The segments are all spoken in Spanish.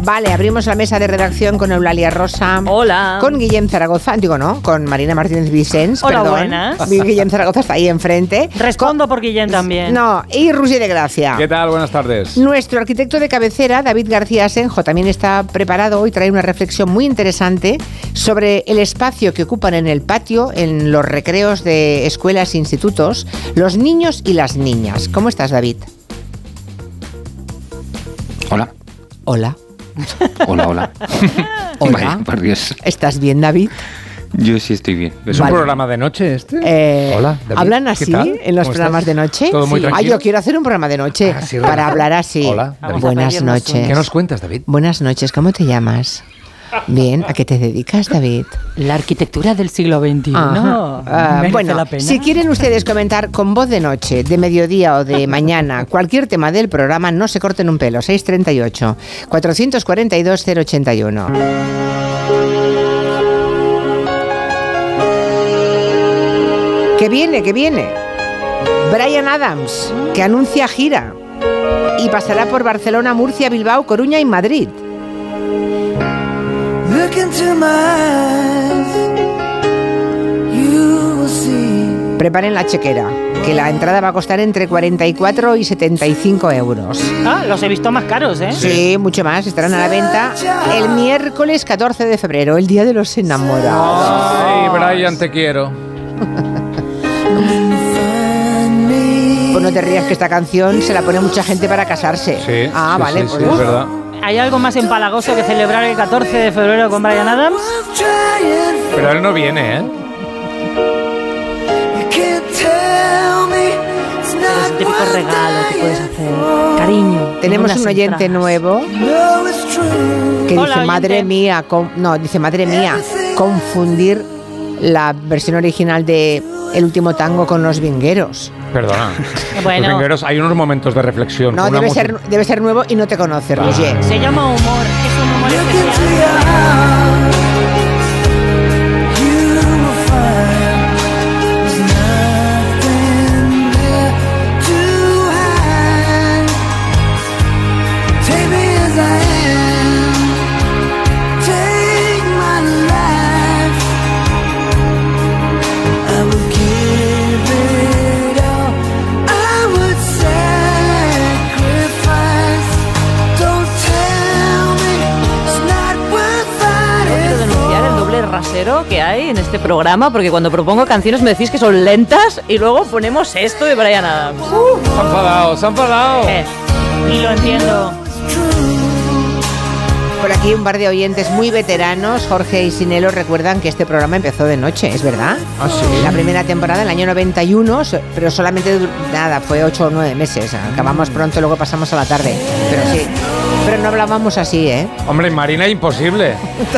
Vale, abrimos la mesa de redacción con Eulalia Rosa. Hola. Con Guillem Zaragoza, digo no, con Marina Martínez Vicens. Hola, perdón. buenas. Guillem Zaragoza está ahí enfrente. Respondo por Guillem también. No, y Roger de Gracia. ¿Qué tal? Buenas tardes. Nuestro arquitecto de cabecera, David García Asenjo, también está preparado hoy, trae una reflexión muy interesante sobre el espacio que ocupan en el patio, en los recreos de escuelas e institutos, los niños y las niñas. ¿Cómo estás, David? Hola. Hola. Hola, hola. Hola. Vaya, por Dios. ¿Estás bien, David? Yo sí estoy bien. ¿Es Vale. un programa de noche este? Hola, David. ¿Hablan ¿Qué así tal? en los ¿Cómo programas estás? de noche? ¿Todo muy tranquilo? Yo quiero hacer un programa de noche Sí, para hablar así. Hola, David. Buenas noches. ¿Qué nos cuentas, David? Buenas noches, ¿cómo te llamas? Bien, ¿a qué te dedicas, David? La arquitectura del siglo XXI. Ajá. Bueno, la pena. si quieren ustedes comentar con voz de noche, de mediodía o de mañana, cualquier tema del programa, no se corten un pelo. 638 442 081. Que viene. Bryan Adams, que anuncia gira y pasará por Barcelona, Murcia, Bilbao, Coruña y Madrid. Preparen la chequera, que la entrada va a costar entre 44 y 75 euros. Ah, los he visto más caros, ¿eh? Sí, mucho más. Estarán a la venta el miércoles 14 de febrero, el Día de los Enamorados. Ay, Brian, te quiero. Pues no te rías, que esta canción se la pone mucha gente para casarse. Sí. Ah, sí, vale. sí, Pues sí, es verdad. ¿Hay algo más empalagoso que celebrar el 14 de febrero con Bryan Adams? Pero él no viene, ¿eh? Es el típico regalo que puedes hacer. Cariño. Tenemos unas un oyente entradas. nuevo que Hola, dice, oyente. madre mía, confundir la versión original de El último tango con Los Vingueros. Perdona. Bueno. Los vingueros, hay unos momentos de reflexión. No, con una debe ser nuevo y no te conoce, Roger. Se llama humor. Es un humor especial. Rasero que hay en este programa, porque cuando propongo canciones me decís que son lentas y luego ponemos esto de Bryan Adams. Se han enfadado. Y lo entiendo. Por aquí un par de oyentes muy veteranos, Jorge y Sinelo, recuerdan que este programa empezó de noche, ¿es verdad? Ah, sí. La primera temporada, el año 91, pero solamente, fue 8 o 9 meses. Acabamos pronto, luego pasamos a la tarde. Pero sí, pero no hablábamos así, ¿eh? Hombre, Marina, imposible.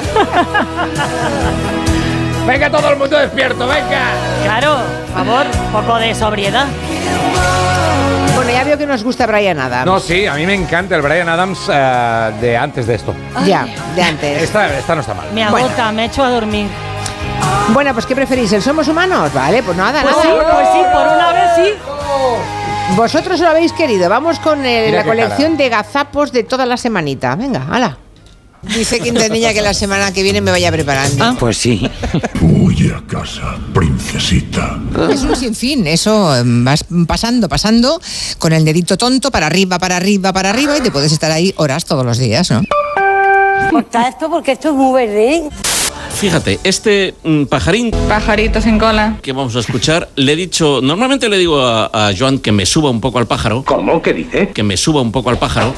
Venga, todo el mundo despierto, venga. Claro, por favor, poco de sobriedad. Bueno, ya veo que nos gusta Bryan Adams. No, sí, a mí me encanta el Bryan Adams de antes de esto. Ya, de antes. Esta no está mal. Me agota, me echo a dormir. Bueno, pues ¿qué preferís? ¿El Somos Humanos? Vale, pues nada, Pues nada. sí, por una vez sí. Vosotros lo habéis querido. Vamos con la qué colección de gazapos de toda la semanita. Venga, hala. Dice Quintanilla que la semana que viene me vaya preparando. Pues sí. Huye a casa, princesita. Es un sinfín, eso vas pasando con el dedito tonto para arriba y te puedes estar ahí horas todos los días, ¿no? Corta esto porque esto es muy verde. Fíjate, este pajarín Pajarito sin cola. que vamos a escuchar, le he dicho, normalmente le digo a Joan que me suba un poco al pájaro. ¿Cómo? ¿Qué dice? Que me suba un poco al pájaro.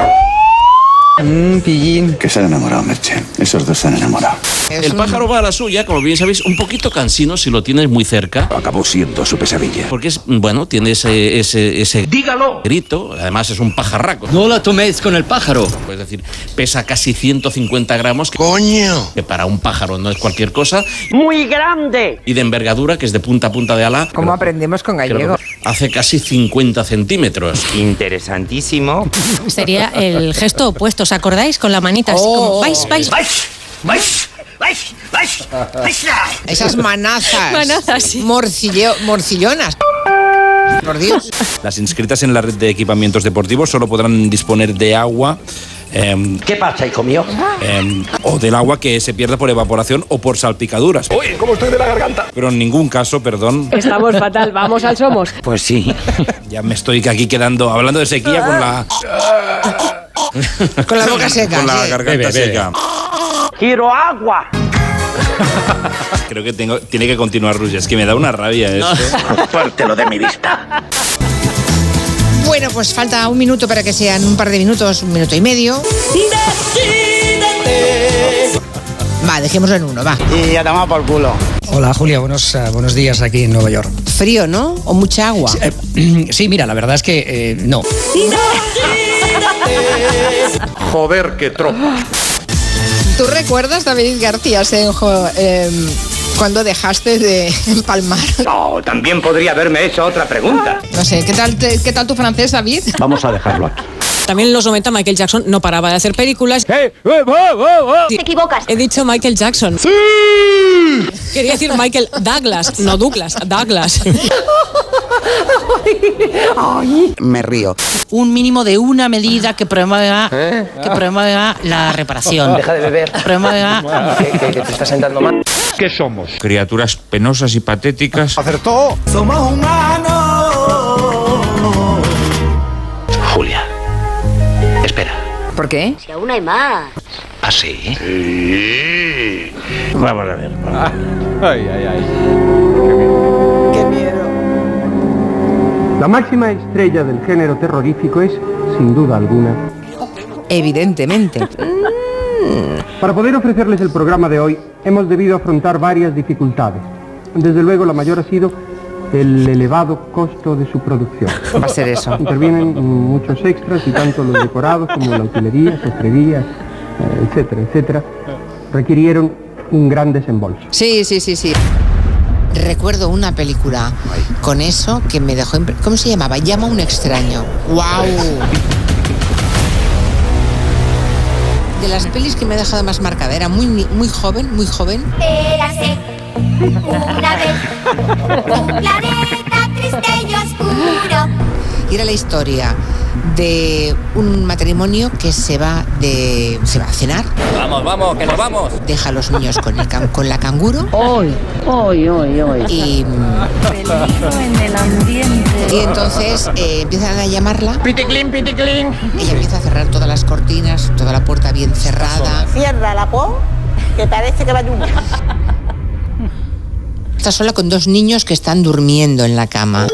Pillín. Que se han enamorado, Merche. Esos dos se han enamorado. El pájaro va a la suya, como bien sabéis, un poquito cansino si lo tienes muy cerca. Acabó siendo su pesadilla. Porque es, bueno, tiene ese ¡Dígalo! grito, además es un pajarraco. No la toméis con el pájaro. Es decir, pesa casi 150 gramos. ¡Coño! Que para un pájaro no es cualquier cosa. ¡Muy grande! Y de envergadura, que es de punta a punta de ala. ¿Cómo aprendemos con gallego? Hace casi 50 centímetros. Interesantísimo. Sería el gesto opuesto, ¿os acordáis? Con la manita, así como vais. Esas manazas. Manazas, sí. Morcillonas. Por Dios. Las inscritas en la red de equipamientos deportivos solo podrán disponer de agua ¿Qué pasa, hijo mío? O del agua que se pierde por evaporación o por salpicaduras. Uy, ¿cómo estoy de la garganta? Pero en ningún caso, perdón. Estamos fatal, vamos al Somos. Pues sí. Ya me estoy aquí quedando hablando de sequía con la... Con la boca seca. Con la Sí. garganta seca. ¡Quiero agua! Creo que tiene que continuar, Rusia. Es que me da una rabia esto. Pártelo de mi vista. Bueno, pues falta un minuto para que sean un par de minutos, un minuto y medio. Va, dejémoslo en uno, va. Y ya tomamos por culo. Hola Julia, buenos días aquí en Nueva York. Frío, ¿no? ¿O mucha agua? Sí, mira, la verdad es que no. Joder, qué tropa. ¿Tú recuerdas, David García Senjo, cuando dejaste de empalmar? No, también podría haberme hecho otra pregunta. No sé, ¿qué tal tu francés, David? Vamos a dejarlo aquí. También en los 90 Michael Jackson no paraba de hacer películas. ¡Hey! Te equivocas. He dicho Michael Jackson. ¡Sí! Quería decir Michael Douglas, no Douglas, Douglas. Me río. Un mínimo de una medida que promueva la reparación. Deja de beber. Promueva Que te está sentando mal. ¿Qué somos? Criaturas penosas y patéticas. ¡Acertó! Somos humanos. Julia. Espera. ¿Por qué? Si aún hay más. ¿Ah, sí? Sí. Vamos a ver. Ay, ay, ay. ¡Qué miedo! La máxima estrella del género terrorífico es, sin duda alguna, Evidentemente. Para poder ofrecerles el programa de hoy, hemos debido afrontar varias dificultades. Desde luego, la mayor ha sido el elevado costo de su producción. Va a ser eso. Intervienen muchos extras y tanto los decorados como la utilería, sastrería, etcétera, etcétera, requirieron un gran desembolso. Sí. Recuerdo una película con eso que me dejó... ¿Cómo se llamaba? Llama a un extraño. ¡Guau! De las pelis que me ha dejado más marcada. Era muy joven. Érase una vez un planeta triste y oscuro. Y era la historia de un matrimonio que se va a cenar. Vamos, que nos vamos. Deja a los niños con la canguro. Hoy. Y Peligro en el ambiente. Y entonces empiezan a llamarla. Piticlin, piticlin. Ella empieza a cerrar todas las cortinas, toda la puerta bien cerrada. Cierra la po, que parece que va a lluvia. Está sola con dos niños que están durmiendo en la cama.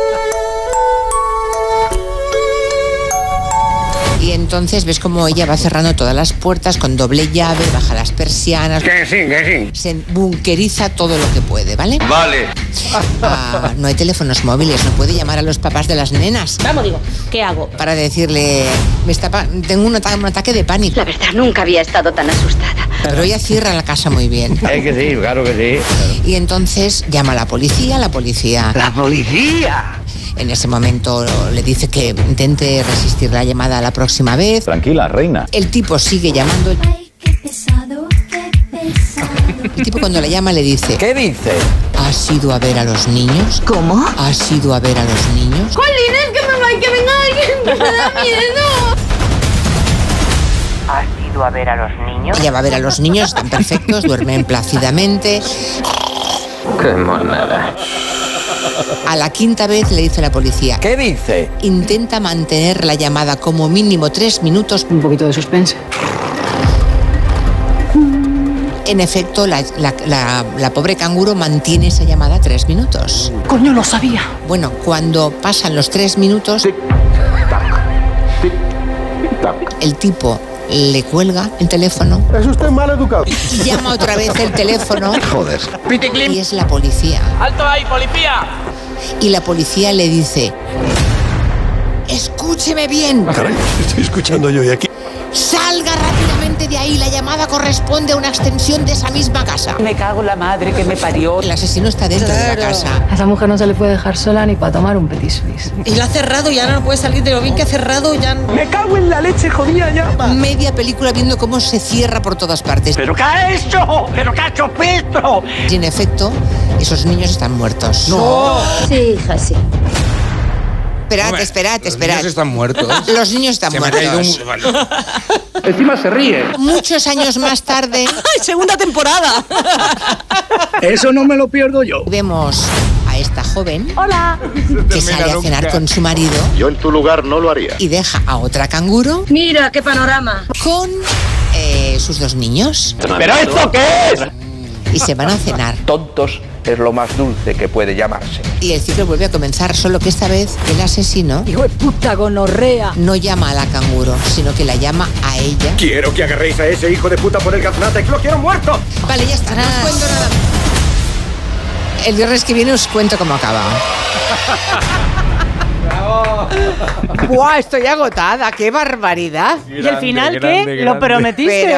Y entonces ves como ella va cerrando todas las puertas con doble llave, baja las persianas. Que sí. Se bunkeriza todo lo que puede, ¿vale? Vale. No hay teléfonos móviles, no puede llamar a los papás de las nenas Vamos, digo, ¿qué hago? para decirle, tengo un ataque de pánico. La verdad, nunca había estado tan asustada. Pero ella cierra la casa muy bien. Es que sí, claro que sí. Y entonces llama a la policía. ¡La policía! En ese momento le dice que intente resistir la llamada la próxima vez. Tranquila, reina. El tipo sigue llamando. Ay, qué pesado, qué pesado. El tipo cuando la llama le dice: ¿Qué dice? ¿Has ido a ver a los niños? ¿Cómo? ¿Has ido a ver a los niños? ¡Jolines, que venga alguien! ¡Me da miedo! ¿Has ido a ver a los niños? Ella va a ver a los niños, están perfectos, duermen plácidamente. Qué monada. A la quinta vez le dice la policía: ¿Qué dice? intenta mantener la llamada como mínimo 3 minutos. Un poquito de suspense. En efecto, la pobre canguro mantiene esa llamada 3 minutos. Coño, lo sabía. Bueno, cuando pasan los 3 minutos, el tipo le cuelga el teléfono. Es usted mal educado. Y llama otra vez el teléfono. Joder. Y es la policía. ¡Alto ahí, policía! Y la policía le dice: escúcheme bien. Caray, estoy escuchando yo y aquí. Salga rápidamente de ahí. La llamada corresponde a una extensión de esa misma casa. Me cago en la madre que me parió. El asesino está dentro de la casa. A esa mujer no se le puede dejar sola ni para tomar un petit suisse. Y la ha cerrado y ahora no puede salir de lo bien que ha cerrado. Ya Me cago en la leche, jodida ya. Media película viendo cómo se cierra por todas partes. ¿Pero qué ha hecho? ¿Pero qué ha hecho Pedro? Y en efecto, esos niños están muertos. Sí, hija, sí. Esperad. Los niños están muertos. Los niños están muertos. Encima se ríe. Muchos años más tarde. ¡Ay, segunda temporada! Eso no me lo pierdo yo. Vemos a esta joven Hola. que sale a cenar con su marido Yo en tu lugar no lo haría. y deja a otra canguro Mira, qué panorama. con sus 2 niños. ¿Pero esto qué es? Y se van a cenar. Tontos es lo más dulce que puede llamarse. Y el ciclo vuelve a comenzar, solo que esta vez el asesino Hijo de puta gonorrea. no llama a la canguro, sino que la llama a ella. Quiero que agarréis a ese hijo de puta por el gaznate. ¡Lo quiero muerto! Vale, ya está, no os cuento nada más. El viernes que viene os cuento cómo acaba. ¡Buah! Estoy agotada. ¡Qué barbaridad! ¿Y al final qué? ¿Lo prometiste?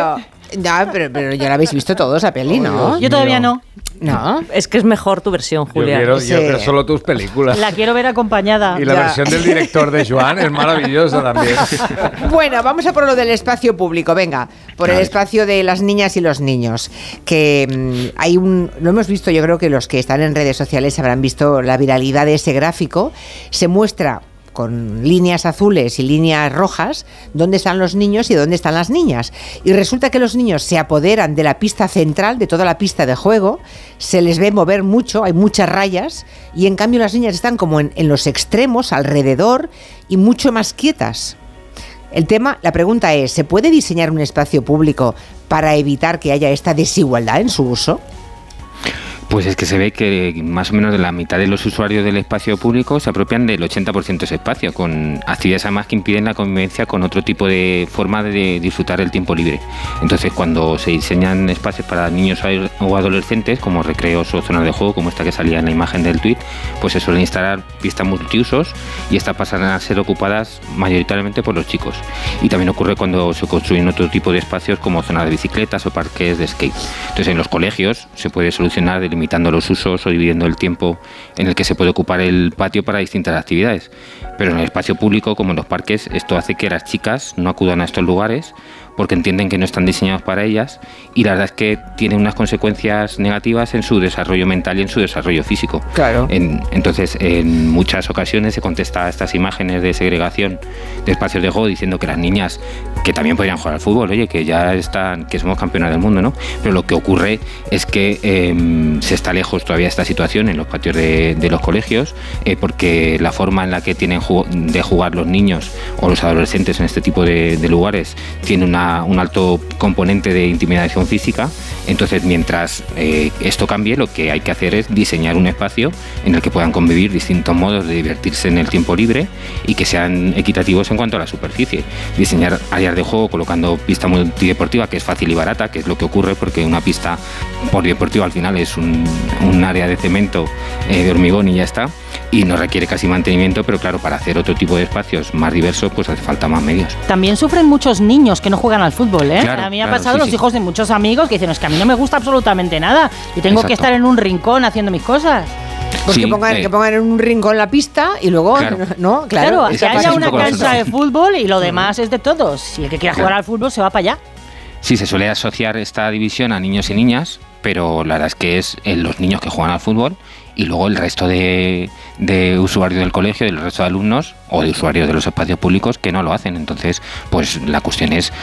Pero ya la habéis visto todos, la peli, ¿no? Yo todavía no. ¿No? Es que es mejor tu versión, Julia. Yo quiero solo tus películas. La quiero ver acompañada. Y la versión del director de Joan es maravillosa también. Bueno, vamos a por lo del espacio público, venga, por el espacio de las niñas y los niños, que lo hemos visto, yo creo que los que están en redes sociales habrán visto la viralidad de ese gráfico. Se muestra con líneas azules y líneas rojas dónde están los niños y dónde están las niñas. Y resulta que los niños se apoderan de la pista central, de toda la pista de juego, se les ve mover mucho, hay muchas rayas, y en cambio las niñas están como en los extremos, alrededor, y mucho más quietas. La pregunta es, ¿se puede diseñar un espacio público para evitar que haya esta desigualdad en su uso? Pues es que se ve que más o menos de la mitad de los usuarios del espacio público se apropian del 80% de ese espacio, con actividades además que impiden la convivencia con otro tipo de forma de disfrutar el tiempo libre. Entonces, cuando se diseñan espacios para niños o adolescentes, como recreos o zonas de juego, como esta que salía en la imagen del tuit, pues se suelen instalar pistas multiusos y estas pasan a ser ocupadas mayoritariamente por los chicos. Y también ocurre cuando se construyen otro tipo de espacios como zonas de bicicletas o parques de skate. Entonces, en los colegios se puede solucionar delimitando los usos o dividiendo el tiempo en el que se puede ocupar el patio para distintas actividades. Pero en el espacio público, como en los parques, esto hace que las chicas no acudan a estos lugares porque entienden que no están diseñados para ellas, y la verdad es que tiene unas consecuencias negativas en su desarrollo mental y en su desarrollo físico. Claro. Entonces, en muchas ocasiones se contesta a estas imágenes de segregación de espacios de juego diciendo que las niñas, que también podrían jugar al fútbol, oye, que ya están, que somos campeonas del mundo, ¿no? Pero lo que ocurre es que se está lejos todavía esta situación en los patios de los colegios, porque la forma en la que tienen de jugar los niños o los adolescentes en este tipo de lugares tiene un alto componente de intimidación física. Entonces, mientras esto cambie, lo que hay que hacer es diseñar un espacio en el que puedan convivir distintos modos de divertirse en el tiempo libre y que sean equitativos en cuanto a la superficie. Diseñar áreas de juego colocando pista multideportiva, que es fácil y barata, que es lo que ocurre porque una pista polideportiva al final es un área de cemento, de hormigón y ya está, y no requiere casi mantenimiento, pero claro, para hacer otro tipo de espacios más diversos pues hace falta más medios. También sufren muchos niños que no juegan al fútbol, ¿eh? Claro, a mí me ha claro, pasado sí, los sí. hijos de muchos amigos que dicen, es que a mí no me gusta absolutamente nada y tengo Exacto. que estar en un rincón haciendo mis cosas. Pues Sí, que pongan en un rincón la pista y luego, Claro. ¿no? Claro, Esa que pasa haya un una poco la cancha de sensación. fútbol y lo demás es de todos. Si el que quiera Claro. jugar al fútbol se va para allá. Sí, se suele asociar esta división a niños y niñas, pero la verdad es que es los niños que juegan al fútbol y luego el resto de usuarios del colegio, del resto de alumnos o de usuarios de los espacios públicos que no lo hacen. Entonces, pues la cuestión es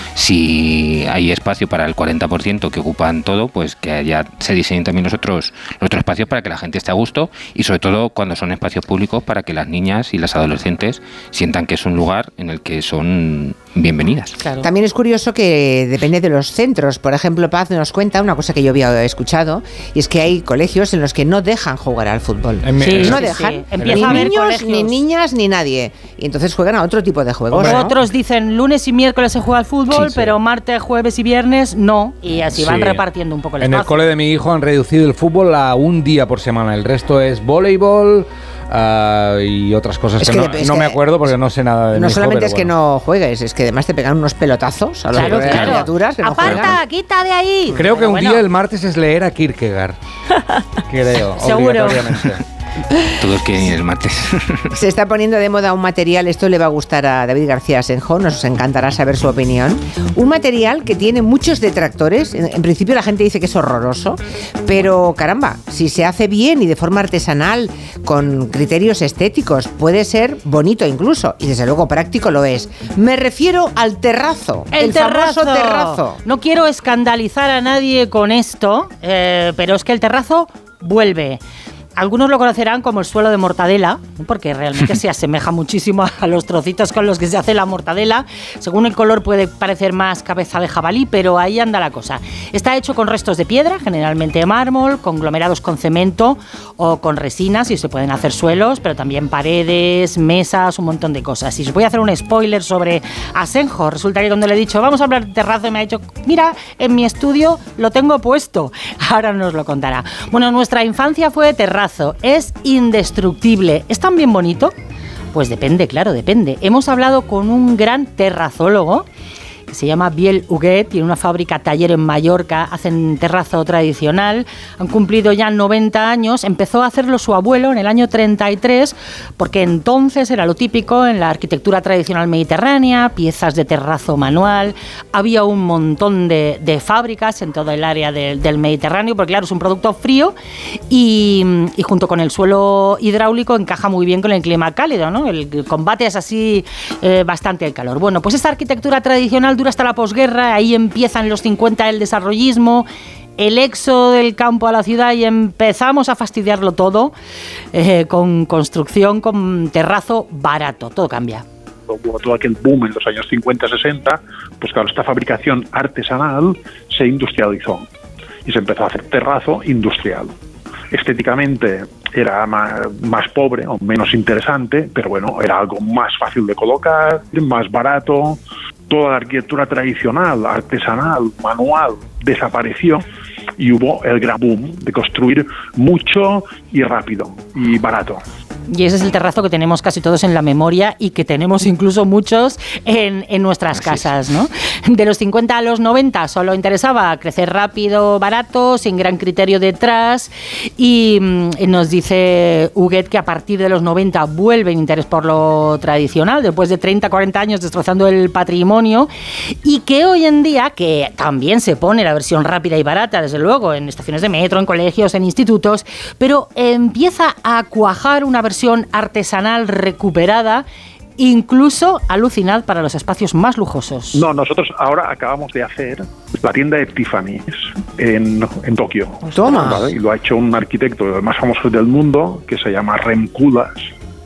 si hay espacio para el 40% que ocupan todo, pues que ya se diseñen también los otros espacios para que la gente esté a gusto y sobre todo cuando son espacios públicos para que las niñas y las adolescentes sientan que es un lugar en el que son bienvenidas. Claro. También es curioso que depende de los centros. Por ejemplo, Paz nos cuenta una cosa que yo había escuchado, y es que hay colegios en los que no dejan jugar al fútbol. Sí, no sí, dejan sí. Empieza a ni haber niños, colegios. ni niñas, ni nadie. Y entonces juegan a otro tipo de juegos. ¿no? Otros dicen lunes y miércoles se juega al fútbol, Sí, sí. pero martes, jueves y viernes no. Y así van Sí. repartiendo un poco el En el espacio. cole de mi hijo han reducido el fútbol a un día por semana. El resto es voleibol y otras cosas Es que, que no me acuerdo porque no sé nada de mi No hijo, solamente pero es que bueno. no juegues, es que además te pegan unos pelotazos a las Claro, claro. criaturas que no juegan. ¡Aparta, quita de ahí! Creo que Pero un bueno, día el martes es leer a Kierkegaard. Creo, Seguro. obligatoriamente. Todos quieren ir el martes. Se está poniendo de moda un material, esto le va a gustar a David García Asenjo, nos encantará saber su opinión. Un material que tiene muchos detractores. En principio la gente dice que es horroroso, pero caramba, si se hace bien y de forma artesanal, con criterios estéticos, puede ser bonito incluso, y desde luego práctico lo es. Me refiero al terrazo, el famoso terrazo. No quiero escandalizar a nadie con esto, pero es que el terrazo vuelve. Algunos lo conocerán como el suelo de mortadela, porque realmente se asemeja muchísimo a los trocitos con los que se hace la mortadela. Según el color puede parecer más cabeza de jabalí, pero ahí anda la cosa. Está hecho con restos de piedra, generalmente de mármol, conglomerados con cemento o con resinas, y se pueden hacer suelos, pero también paredes, mesas, un montón de cosas. Y os voy a hacer un spoiler sobre Asenjo. Resulta que cuando le he dicho, vamos a hablar de terrazo, me ha dicho, mira, en mi estudio lo tengo puesto. Ahora nos lo contará. Bueno, nuestra infancia fue de terrazo. Es indestructible. ¿Es tan bien bonito? Pues depende, claro, depende. Hemos hablado con un gran terrazólogo que se llama Biel Huguet, tiene una fábrica taller en Mallorca, hacen terrazo tradicional, han cumplido ya 90 años, empezó a hacerlo su abuelo en el año 33, porque entonces era lo típico en la arquitectura tradicional mediterránea, piezas de terrazo manual, había un montón de fábricas en todo el área del Mediterráneo, porque claro, es un producto frío y junto con el suelo hidráulico encaja muy bien con el clima cálido, ¿no? El combate es así bastante el calor. Bueno, pues esta arquitectura tradicional dura hasta la posguerra, ahí empieza en los 50 el desarrollismo, el éxodo del campo a la ciudad y empezamos a fastidiarlo todo con construcción, con terrazo barato, todo cambia. Hubo todo aquel boom en los años 50-60, pues claro, esta fabricación artesanal se industrializó y se empezó a hacer terrazo industrial. Estéticamente era más pobre o menos interesante, pero bueno, era algo más fácil de colocar, más barato. Toda la arquitectura tradicional, artesanal, manual, desapareció y hubo el gran boom de construir mucho y rápido y barato. Y ese es el terrazo que tenemos casi todos en la memoria y que tenemos incluso muchos en nuestras casas, ¿no? De los 50 a los 90 solo interesaba crecer rápido, barato, sin gran criterio detrás, y nos dice Huguet que a partir de los 90 vuelve el interés por lo tradicional, después de 30, 40 años destrozando el patrimonio, y que hoy en día, que también se pone la versión rápida y barata, desde luego, en estaciones de metro, en colegios, en institutos, pero empieza a cuajar una versión artesanal recuperada, incluso alucinad para los espacios más lujosos. No, nosotros ahora acabamos de hacer la tienda de Tiffany's en Tokio. Toma. ¿Vale? Y lo ha hecho un arquitecto de los más famosos del mundo que se llama Rem Koolhaas,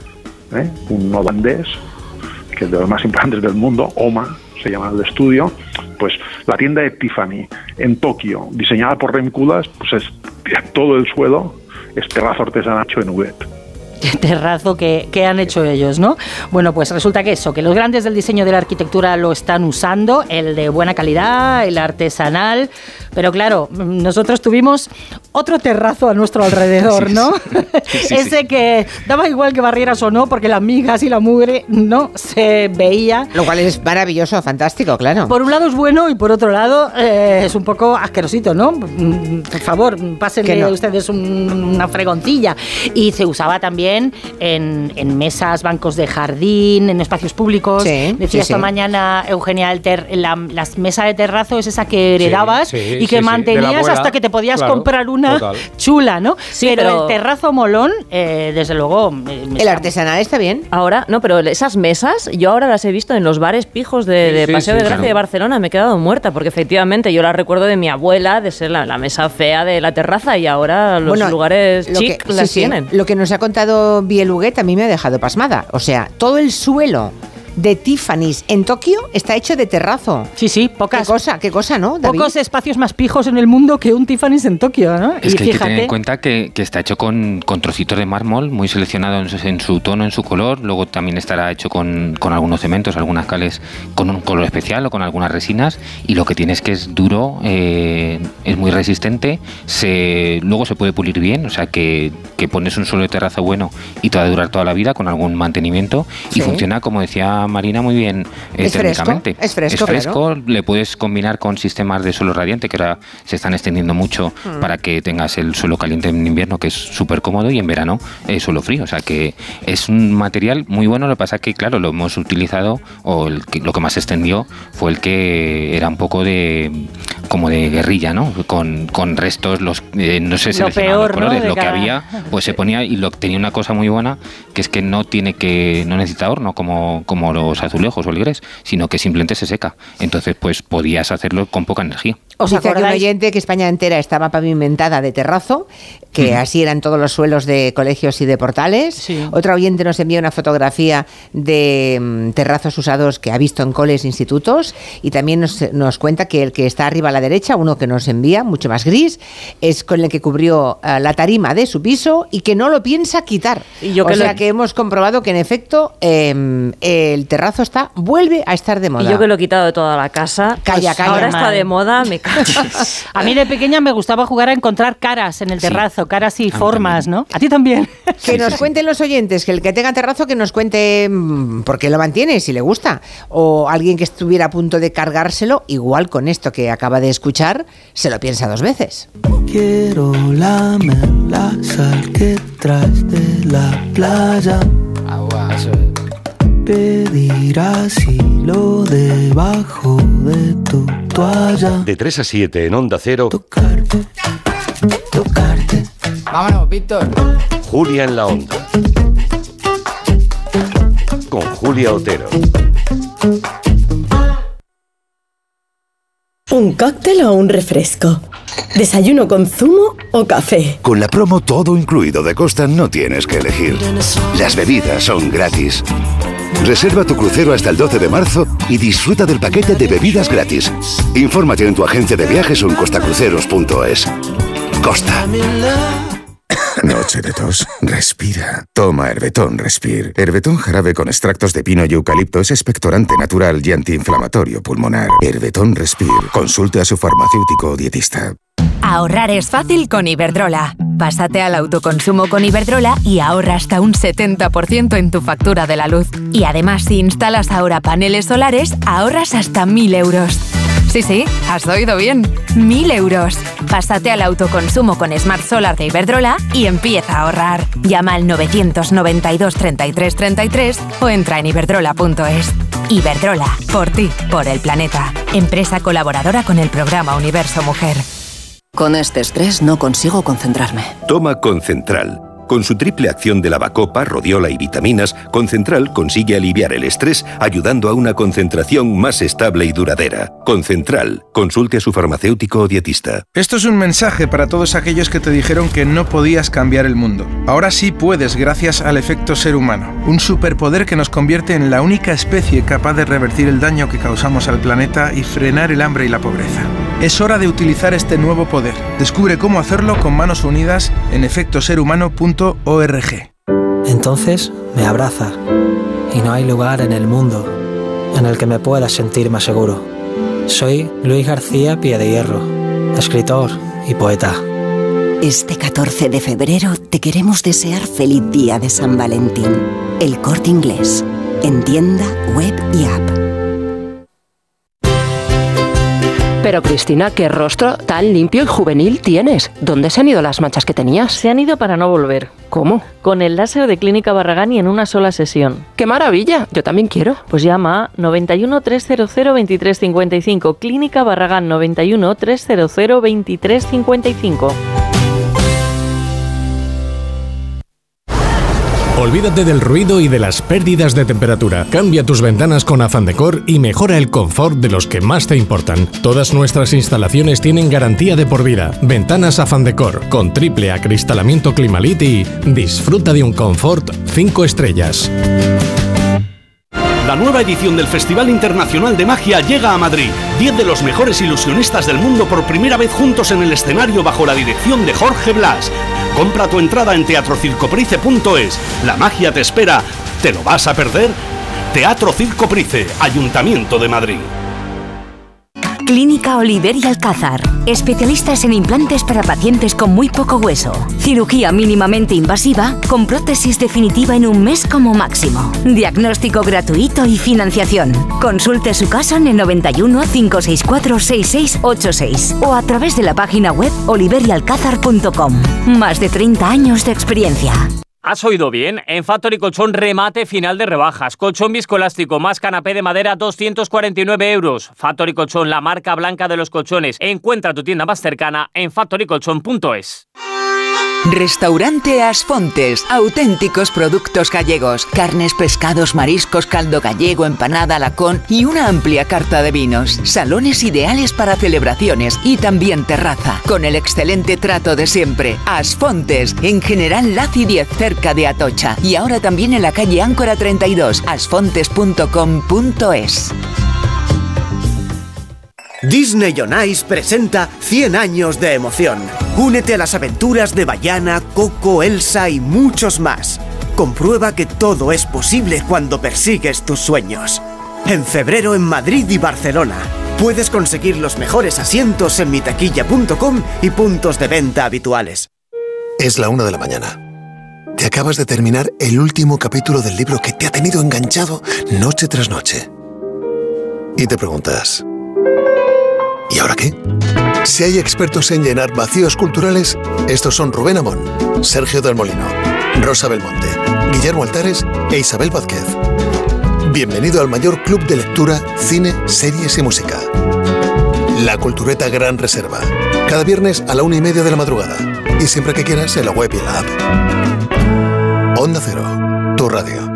un holandés que es de los más importantes del mundo, OMA se llama el estudio. Pues la tienda de Tiffany en Tokio, diseñada por Rem Koolhaas, pues es todo el suelo es terrazo artesanal hecho en Huguet. Terrazo que han hecho ellos, ¿no? Bueno, pues resulta que eso, que los grandes del diseño de la arquitectura lo están usando, el de buena calidad, el artesanal, pero claro, nosotros tuvimos otro terrazo a nuestro alrededor, ¿no? Sí. Ese que daba igual que barrieras o no, porque las migas y la mugre no se veía. Lo cual es maravilloso, fantástico, claro. Por un lado es bueno y por otro lado es un poco asquerosito, ¿no? Por favor, pásenle ustedes una fregoncilla. Y se usaba también en mesas, bancos de jardín, en espacios públicos. Decía esta mañana Eugenia, la mesa de terrazo es esa que heredabas y que mantenías hasta que te podías comprar una chula, ¿no? Sí, pero el terrazo molón, desde luego... El artesanal está bien. Ahora, no, pero esas mesas, yo ahora las he visto en los bares pijos de Paseo de Gracia de Barcelona, me he quedado muerta, porque efectivamente yo las recuerdo de mi abuela, de ser la mesa fea de la terraza, y ahora los lugares chic las tienen. Lo que nos ha contado Biel Huguet a mí me ha dejado pasmada. O sea, todo el suelo de Tiffany's en Tokio está hecho de terrazo. Sí, pocas. ¿Qué cosa, ¿no, David? Pocos espacios más pijos en el mundo que un Tiffany's en Tokio, ¿no? Es que hay que tener en cuenta que está hecho con trocitos de mármol, muy seleccionado en su tono, en su color. Luego también estará hecho con algunos cementos, algunas cales con un color especial o con algunas resinas. Y lo que tiene es que es duro, es muy resistente. Luego se puede pulir bien, o sea que pones un suelo de terrazo bueno y te va a durar toda la vida con algún mantenimiento. Y funciona, como decía agua marina muy bien térmicamente. Es fresco, claro. Le puedes combinar con sistemas de suelo radiante que ahora se están extendiendo mucho para que tengas el suelo caliente en invierno, que es súper cómodo, y en verano suelo frío. O sea que es un material muy bueno. Lo que pasa es que, claro, lo hemos utilizado, o lo que más se extendió fue el que era un poco como de guerrilla, ¿no? Con restos, no sé si les llamaban los colores, ¿no? Lo que había, pues se ponía, y tenía una cosa muy buena, que es que no necesita horno como los azulejos o el grés, sino que simplemente se seca. Entonces, pues podías hacerlo con poca energía. ¿Os dice que un oyente que España entera estaba pavimentada de terrazo, que así eran todos los suelos de colegios y de portales? Sí. Otra oyente nos envía una fotografía de terrazos usados que ha visto en coles e institutos, y también nos cuenta que el que está arriba a la derecha, uno que nos envía, mucho más gris, es con el que cubrió la tarima de su piso y que no lo piensa quitar. Que hemos comprobado que en efecto el terrazo vuelve a estar de moda. Y yo que lo he quitado de toda la casa, calla, ahora está de moda, me cago. A mí de pequeña me gustaba jugar a encontrar caras en el terrazo, caras y formas, ¿no? A ti también. Que nos cuenten los oyentes, que el que tenga terrazo que nos cuente por qué lo mantiene, si le gusta, o alguien que estuviera a punto de cargárselo, igual con esto que acaba de escuchar, se lo piensa dos veces. Quiero lamer la sal que traes de la playa. Pedir asilo debajo de tu toalla. De 3 a 7 en Onda Cero. Tocarte. Vámonos, Víctor. Julia en la Onda. Con Julia Otero. ¿Un cóctel o un refresco? ¿Desayuno con zumo o café? Con la promo todo incluido de Costa no tienes que elegir. Las bebidas son gratis. Reserva tu crucero hasta el 12 de marzo y disfruta del paquete de bebidas gratis. Infórmate en tu agencia de viajes o en costacruceros.es. Costa. Noche de tos. Respira. Toma Herbetón Respir. Herbetón jarabe con extractos de pino y eucalipto es expectorante natural y antiinflamatorio pulmonar. Herbetón Respir. Consulte a su farmacéutico o dietista. Ahorrar es fácil con Iberdrola. Pásate al autoconsumo con Iberdrola y ahorra hasta un 70% en tu factura de la luz. Y además, si instalas ahora paneles solares, ahorras hasta 1.000 euros. Sí, has oído bien. 1.000 euros. Pásate al autoconsumo con Smart Solar de Iberdrola y empieza a ahorrar. Llama al 992 33 33 o entra en iberdrola.es. Iberdrola. Por ti, por el planeta. Empresa colaboradora con el programa Universo Mujer. Con este estrés no consigo concentrarme. Toma Concentral. Con su triple acción de lavacopa, rodiola y vitaminas, Concentral consigue aliviar el estrés ayudando a una concentración más estable y duradera. Concentral. Consulte a su farmacéutico o dietista. Esto es un mensaje para todos aquellos que te dijeron que no podías cambiar el mundo. Ahora sí puedes gracias al efecto ser humano. Un superpoder que nos convierte en la única especie capaz de revertir el daño que causamos al planeta y frenar el hambre y la pobreza. Es hora de utilizar este nuevo poder. Descubre cómo hacerlo con manos unidas en efectoserhumano.org. Entonces me abraza y no hay lugar en el mundo en el que me pueda sentir más seguro. Soy Luis García Piedehierro, escritor y poeta. Este 14 de febrero te queremos desear feliz día de San Valentín. El Corte Inglés, en tienda, web y app. Pero Cristina, ¿qué rostro tan limpio y juvenil tienes? ¿Dónde se han ido las manchas que tenías? Se han ido para no volver. ¿Cómo? Con el láser de Clínica Barragán y en una sola sesión. ¡Qué maravilla! Yo también quiero. Pues llama a 91 300 2355. Clínica Barragán 91 300 2355. Olvídate del ruido y de las pérdidas de temperatura. Cambia tus ventanas con Afan Decor y mejora el confort de los que más te importan. Todas nuestras instalaciones tienen garantía de por vida. Ventanas Afan Decor con triple acristalamiento Climalit y disfruta de un confort 5 estrellas. La nueva edición del Festival Internacional de Magia llega a Madrid. 10 de los mejores ilusionistas del mundo por primera vez juntos en el escenario bajo la dirección de Jorge Blas. Compra tu entrada en teatrocircoprice.es. La magia te espera. ¿Te lo vas a perder? Teatro Circo Price, Ayuntamiento de Madrid. Clínica Oliver y Alcázar. Especialistas en implantes para pacientes con muy poco hueso. Cirugía mínimamente invasiva con prótesis definitiva en un mes como máximo. Diagnóstico gratuito y financiación. Consulte su caso en el 91 564 6686 o a través de la página web oliverialcázar.com. Más de 30 años de experiencia. ¿Has oído bien? En Factory Colchón remate final de rebajas. Colchón viscoelástico más canapé de madera 249 euros. Factory Colchón, la marca blanca de los colchones. Encuentra tu tienda más cercana en factorycolchón.es. Restaurante Asfontes, auténticos productos gallegos, carnes, pescados, mariscos, caldo gallego, empanada, lacón y una amplia carta de vinos. Salones ideales para celebraciones y también terraza, con el excelente trato de siempre. Asfontes, en General Laci 10, cerca de Atocha, y ahora también en la calle Áncora 32, asfontes.com.es. Disney on Ice presenta 100 años de emoción. Únete a las aventuras de Baiana, Coco, Elsa y muchos más. Comprueba que todo es posible cuando persigues tus sueños. En febrero en Madrid y Barcelona. Puedes conseguir los mejores asientos en mitaquilla.com y puntos de venta habituales. Es la 1 de la mañana. Te acabas de terminar el último capítulo del libro que te ha tenido enganchado noche tras noche. Y te preguntas... ¿y ahora qué? Si hay expertos en llenar vacíos culturales, estos son Rubén Amón, Sergio del Molino, Rosa Belmonte, Guillermo Altares e Isabel Vázquez. Bienvenido al mayor club de lectura, cine, series y música. La Cultureta Gran Reserva. Cada viernes a la 1:30 de la madrugada. Y siempre que quieras en la web y en la app. Onda Cero, tu radio.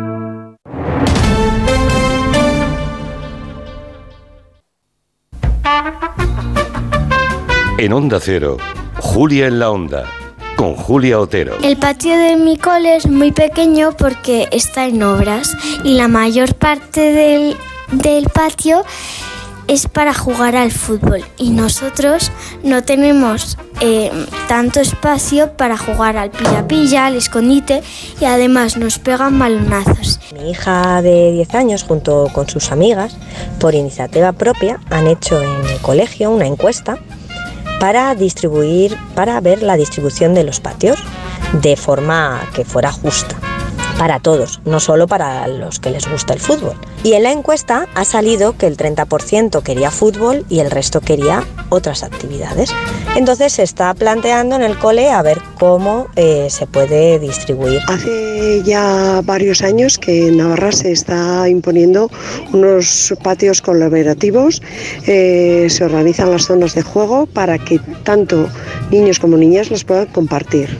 En Onda Cero, Julia en la Onda, con Julia Otero. El patio de mi cole es muy pequeño porque está en obras y la mayor parte del patio es para jugar al fútbol y nosotros no tenemos tanto espacio para jugar al pilla-pilla, al escondite y además nos pegan balonazos. Mi hija de 10 años junto con sus amigas, por iniciativa propia, han hecho en el colegio una encuesta para ver la distribución de los patios de forma que fuera justa para todos, no solo para los que les gusta el fútbol. Y en la encuesta ha salido que el 30% quería fútbol y el resto quería otras actividades. Entonces se está planteando en el cole a ver cómo se puede distribuir. Hace ya varios años que en Navarra se está imponiendo unos patios colaborativos, se organizan las zonas de juego para que tanto niños como niñas los puedan compartir.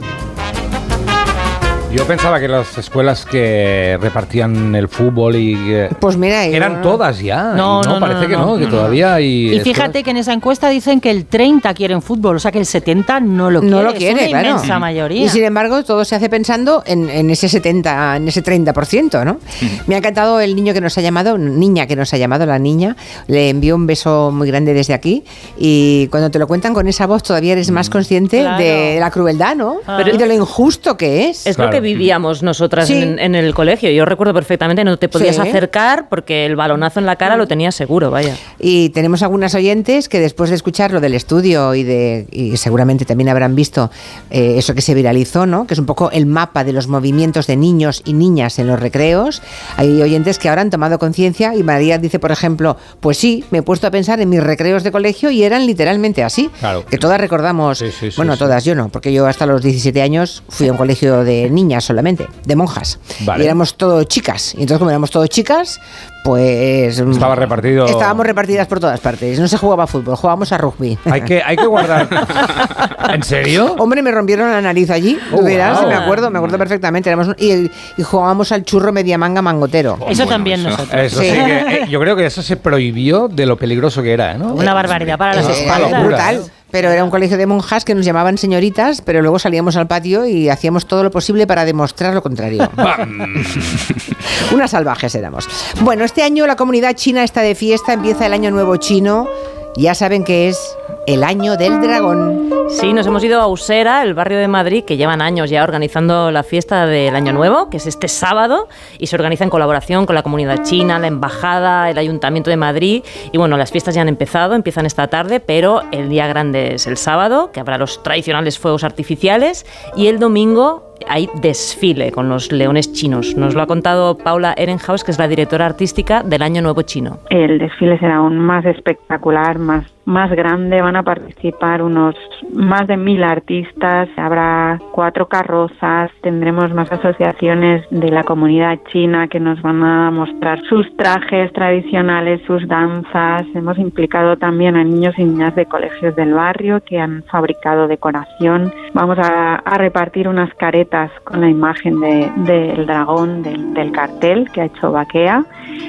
Yo pensaba que las escuelas que repartían el fútbol y pues mira, eran todas ya. No, parece que no, que todavía hay. Y fíjate que en esa encuesta dicen que el 30 quieren fútbol, o sea que el 70 no lo quiere. No lo quiere, es una claro. inmensa mayoría. Y sin embargo, todo se hace pensando en ese 70, en ese 30%, ¿no? Me ha encantado el niño que nos ha llamado, niña que nos ha llamado, la niña. Le envío un beso muy grande desde aquí. Y cuando te lo cuentan con esa voz, todavía eres más consciente de la crueldad, ¿no? Y de lo injusto que es. Es lo que vivíamos nosotras en el colegio. Yo recuerdo perfectamente, no te podías acercar porque el balonazo en la cara lo tenías seguro, vaya. Y tenemos algunas oyentes que después de escuchar lo del estudio y seguramente también habrán visto eso que se viralizó, ¿no? Que es un poco el mapa de los movimientos de niños y niñas en los recreos. Hay oyentes que ahora han tomado conciencia y María dice, por ejemplo, pues sí, me he puesto a pensar en mis recreos de colegio y eran literalmente así. Claro. Que todas recordamos, todas, yo no, porque yo hasta los 17 años fui a un colegio de niñas solamente, de monjas. Vale. Y éramos todo chicas. Y entonces, como éramos todo chicas, pues... Estábamos repartidas por todas partes. No se jugaba a fútbol, jugábamos a rugby. Hay que guardar... ¿En serio? Hombre, me rompieron la nariz allí. Verás, me acuerdo perfectamente. Y jugábamos al churro media manga mangotero. Eso también nosotros. Eso sí que, yo creo que eso se prohibió de lo peligroso que era, ¿no? Una barbaridad para las espaldas. Brutal. Pero era un colegio de monjas que nos llamaban señoritas, pero luego salíamos al patio y hacíamos todo lo posible para demostrar lo contrario. Unas salvajes éramos. Bueno, este año la comunidad china está de fiesta, empieza el Año Nuevo Chino. Ya saben que es el año del dragón. Sí, nos hemos ido a Usera, el barrio de Madrid, que llevan años ya organizando la fiesta del Año Nuevo, que es este sábado, y se organiza en colaboración con la comunidad china, la embajada, el Ayuntamiento de Madrid. Y bueno, las fiestas ya han empezado, empiezan esta tarde, pero el día grande es el sábado, que habrá los tradicionales fuegos artificiales, y el domingo hay desfile con los leones chinos. Nos lo ha contado Paula Ehrenhaus, que es la directora artística del Año Nuevo Chino. El desfile será aún más espectacular, más grande. Van a participar unos más de 1.000 artistas. Habrá 4 carrozas. Tendremos más asociaciones de la comunidad china que nos van a mostrar sus trajes tradicionales, sus danzas. Hemos implicado también a niños y niñas de colegios del barrio que han fabricado decoración. Vamos a repartir unas caretas con la imagen del dragón, del cartel que ha hecho Baquea,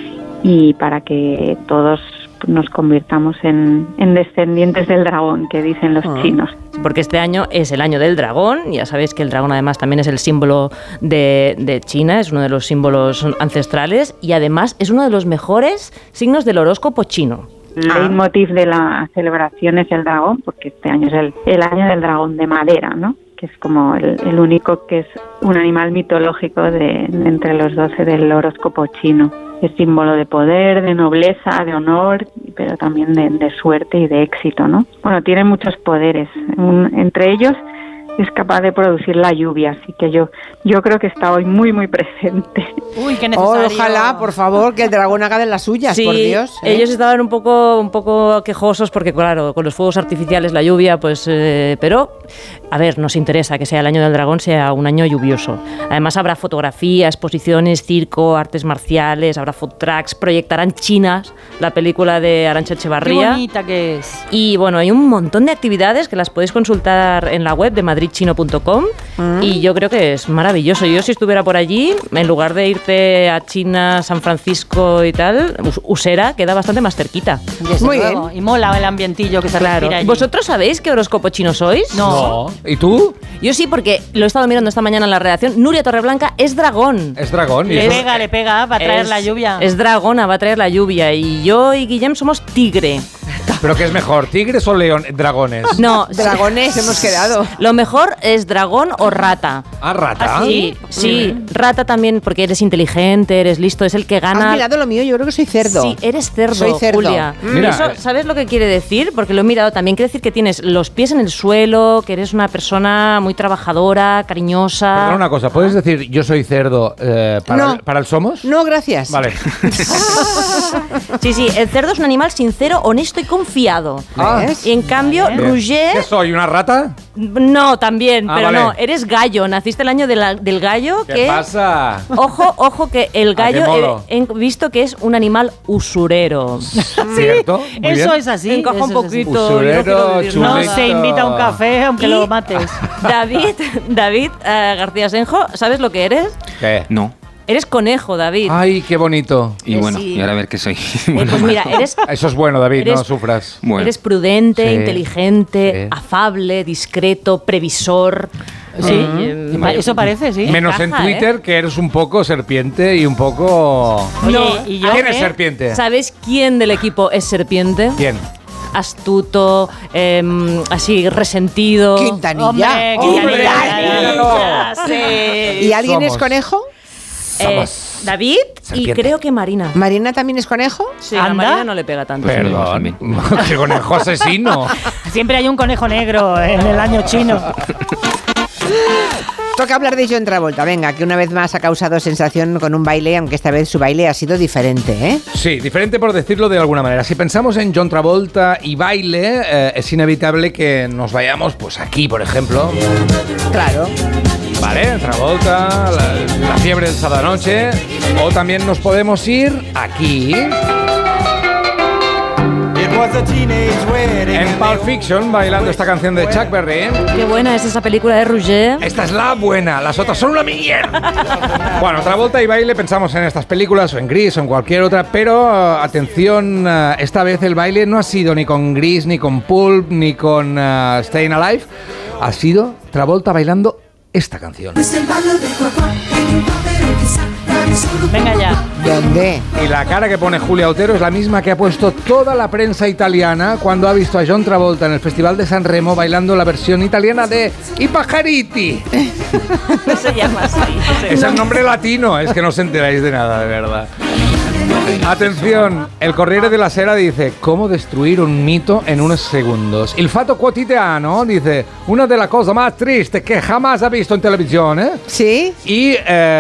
y para que todos nos convirtamos en descendientes del dragón, que dicen los chinos. Porque este año es el año del dragón. Ya sabéis que el dragón además también es el símbolo de China, es uno de los símbolos ancestrales y además es uno de los mejores signos del horóscopo chino. El leitmotiv de la celebración es el dragón, porque este año es el año del dragón de madera, ¿no? Que es como el único que es un animal mitológico de entre los 12 del horóscopo chino. Es símbolo de poder, de nobleza, de honor, pero también de suerte y de éxito, ¿no? Bueno, tiene muchos poderes. Entre ellos es capaz de producir la lluvia, así que yo creo que está hoy muy, muy presente. Uy, qué necesario. Ojalá, por favor, que el dragón haga de las suyas, sí, por Dios. Ellos estaban un poco quejosos porque, claro, con los fuegos artificiales, la lluvia, pues... pero, a ver, nos interesa que sea el año del dragón, sea un año lluvioso. Además habrá fotografía, exposiciones, circo, artes marciales, habrá food trucks, proyectarán Chinas, la película de Arantxa Echevarría. Qué bonita que es. Y, bueno, hay un montón de actividades que las podéis consultar en la web de madridchino.com y yo creo que es maravilloso. Yo, si estuviera por allí, en lugar de irte a China, San Francisco y tal, Usera queda bastante más cerquita. Muy bien. Y mola el ambientillo que se respira allí. ¿Vosotros sabéis qué horóscopo chino sois? No. ¿Y tú? Yo sí, porque lo he estado mirando esta mañana en la redacción. Nuria Torreblanca es dragón. Es dragón. Le pega, va a traer la lluvia. Es dragona, va a traer la lluvia. Y yo y Guillem somos tigre. ¿Pero qué es mejor, tigres o dragones? No, dragones hemos quedado. Lo mejor es dragón o rata. ¿Ah, rata? Sí, rata también, porque eres inteligente, eres listo, es el que gana. ¿Has mirado lo mío? Yo creo que soy cerdo. Sí, eres cerdo, soy cerdo. Julia. Mira, ¿Eso sabes lo que quiere decir? Porque lo he mirado también. Quiere decir que tienes los pies en el suelo, que eres una persona muy trabajadora, cariñosa. Perdona una cosa, ¿puedes decir yo soy cerdo para el Somos? No, gracias. Vale. Sí, el cerdo es un animal sincero, honesto y confiado. Y en cambio, Roger... ¿Qué soy, una rata? No, también, pero vale. No, eres gallo, naciste el año del gallo. ¿Qué pasa? Ojo que el gallo he visto que es un animal usurero. ¿Cierto? Muy eso bien. es así. Encaja un poquito. Usurero, no se invita a un café aunque lo mates. David García Senjo, ¿sabes lo que eres? ¿Qué? No. Eres conejo, David. Ay, qué bonito. Y bueno, sí. y ahora a ver qué soy. Pues mira, eres... Eso es bueno, David, no sufras. Bueno. Eres prudente, Sí. inteligente, afable, discreto, previsor. Sí, eso parece, sí. Menos en Encaja, Twitter, que eres un poco serpiente y un poco... Oye, ¿y yo ¿Quién qué? es serpiente? ¿Sabes quién del equipo es serpiente? ¿Quién? Astuto, así resentido. Quintanilla. Hombre, Quintanilla, sí. ¿Y alguien es Somos. conejo? David Serpiente. y creo que Marina. ¿Marina también es conejo? Sí, a Marina no le pega tanto. Perdón. ¡Qué conejo asesino! Siempre hay un conejo negro en el año chino. Toca hablar de John Travolta, venga, que una vez más ha causado sensación con un baile, aunque esta vez su baile ha sido diferente, ¿eh? Sí, diferente por decirlo de alguna manera. Si pensamos en John Travolta y baile, es inevitable que nos vayamos, pues aquí, por ejemplo. Claro. Vale, Travolta, la fiebre del sábado noche. O también nos podemos ir aquí. En Pulp Fiction, bailando esta canción de Chuck Berry. Qué buena es esa película de Roger. Esta es la buena, las otras son una mierda. Bueno, Travolta y baile, pensamos en estas películas o en Grease o en cualquier otra, pero atención, esta vez el baile no ha sido ni con Grease, ni con Pulp, ni con Staying Alive. Ha sido Travolta bailando esta canción. Es el ballo del cuacuá, el papero que saca Venga ya. ¿Dónde? Y la cara que pone Julia Otero es la misma que ha puesto toda la prensa italiana cuando ha visto a John Travolta en el Festival de San Remo bailando la versión italiana de I Pajariti. No se llama así. Es el nombre latino, es que no os enteráis de nada, de verdad. Atención, el Corriere della Sera dice ¿cómo destruir un mito en unos segundos? Il Fatto Quotidiano dice una de las cosas más tristes que jamás ha visto en televisión. Sí. Y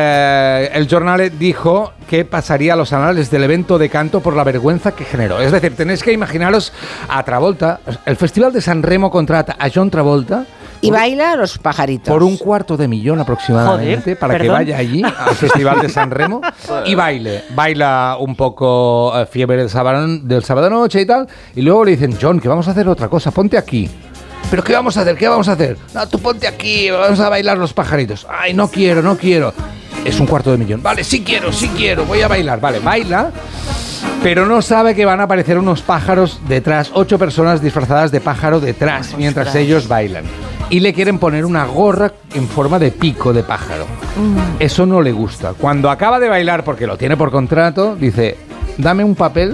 el Giornale dijo que pasaría a los anales del evento de canto por la vergüenza que generó. Es decir, tenéis que imaginaros a Travolta. El Festival de San Remo contrata a John Travolta y baila a los pajaritos. Por $250,000 aproximadamente. Joder, para ¿perdón? que vaya allí al Festival de San Remo y baile. Baila un poco Fiebre del sábado noche y tal. Y luego le dicen, John, que vamos a hacer otra cosa, ponte aquí. ¿Pero qué vamos a hacer? ¿Qué vamos a hacer? No, tú ponte aquí, vamos a bailar los pajaritos. Ay, no quiero. Es $250,000. Vale, sí quiero, voy a bailar. Vale, baila. Pero no sabe que van a aparecer unos pájaros detrás, 8 personas disfrazadas de pájaro detrás, mientras ellos bailan. Y le quieren poner una gorra en forma de pico de pájaro. Eso no le gusta. Cuando acaba de bailar, porque lo tiene por contrato, dice, dame un papel,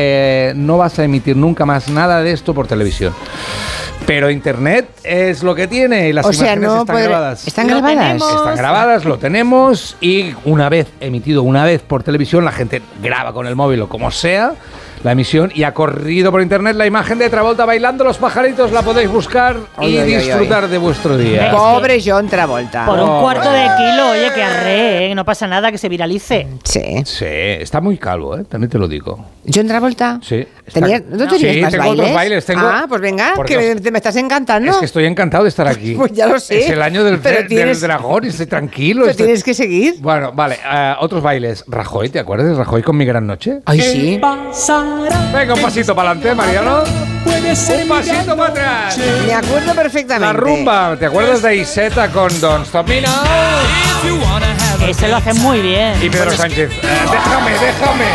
no vas a emitir nunca más nada de esto por televisión. Pero Internet es lo que tiene y las imágenes están grabadas. ¿Están grabadas? Están grabadas, lo tenemos y emitido una vez por televisión, la gente graba con el móvil o como sea la emisión y ha corrido por Internet la imagen de Travolta bailando los pajaritos, la podéis buscar y disfrutar de vuestro día. Pobre John Travolta. Por un cuarto de kilo, oye, que arre, no pasa nada, que se viralice. Sí. Sí, está muy calvo, también te lo digo. ¿John Travolta? Sí. ¿No tenías más tengo bailes? otros bailes. Pues venga, que me estás encantando. Es que estoy encantado de estar aquí. Pues ya lo sé. Es el año del dragón y estoy tranquilo. Pero tienes que seguir. Bueno, vale, otros bailes. Rajoy, ¿te acuerdas de Rajoy con Mi Gran Noche? Ay, sí. Venga, un pasito para adelante, Mariano. Un pasito para atrás. Me acuerdo perfectamente. La rumba, ¿te acuerdas de Iseta con Don't Stop Me Now? Ese lo hace muy bien. Y Pedro Sánchez, déjame.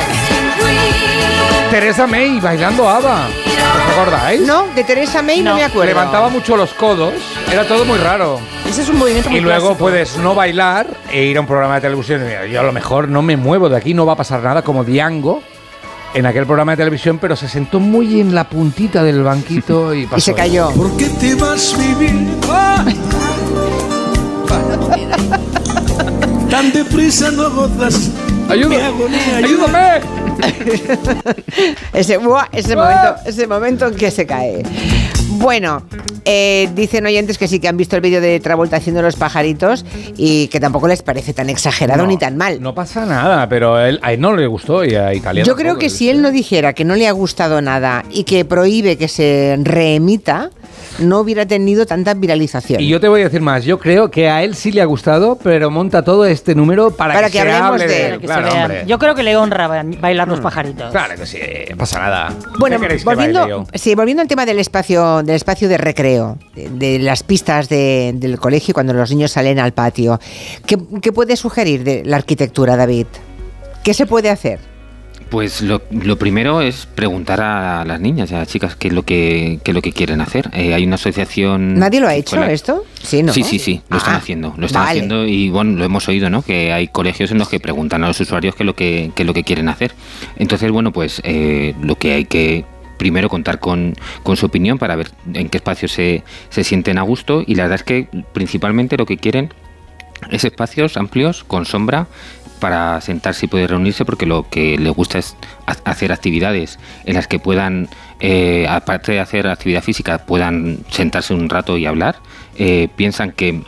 Teresa May bailando ABBA. ¿Os acordáis? No, de Teresa May no me acuerdo. Levantaba mucho los codos, era todo muy raro. Ese es un movimiento muy Y luego clásico. puedes no bailar e ir a un programa de televisión y mira, yo a lo mejor no me muevo de aquí, no va a pasar nada, como Diango en aquel programa de televisión, pero se sentó muy en la puntita del banquito y pasó. Y se cayó. ¿Por qué te vas a vivir? Tan deprisa no agotas. ¡Ayúdame! ese momento en que se cae. Bueno, dicen oyentes que sí que han visto el vídeo de Travolta haciendo los pajaritos y que tampoco les parece tan exagerado ni tan mal. No pasa nada, pero a él no le gustó y a Italia Yo creo que si él no dijera que no le ha gustado nada y que prohíbe que se reemita, no hubiera tenido tanta viralización. Y yo te voy a decir más, yo creo que a él sí le ha gustado, pero monta todo este número para que hablemos hable de él. Claro, hombre. Yo creo que le honra bailar los pajaritos. Claro que sí, no pasa nada. Bueno, ¿Qué queréis que baile yo? volviendo al tema del espacio de recreo, de las pistas del colegio cuando los niños salen al patio, ¿qué puede sugerir de la arquitectura, David? ¿Qué se puede hacer? Pues lo primero es preguntar a las niñas y a las chicas qué es lo que quieren hacer. Hay una asociación... ¿Nadie lo ha hecho esto? Sí, ¿no? Sí, lo están haciendo. Lo están haciendo y bueno, lo hemos oído, ¿no? Que hay colegios en los que preguntan a los usuarios qué es lo que quieren hacer. Entonces, bueno, pues lo que hay que primero contar con su opinión para ver en qué espacios se sienten a gusto, y la verdad es que principalmente lo que quieren es espacios amplios, con sombra, para sentarse y poder reunirse, porque lo que les gusta es hacer actividades en las que puedan, aparte de hacer actividad física, puedan sentarse un rato y hablar. Piensan que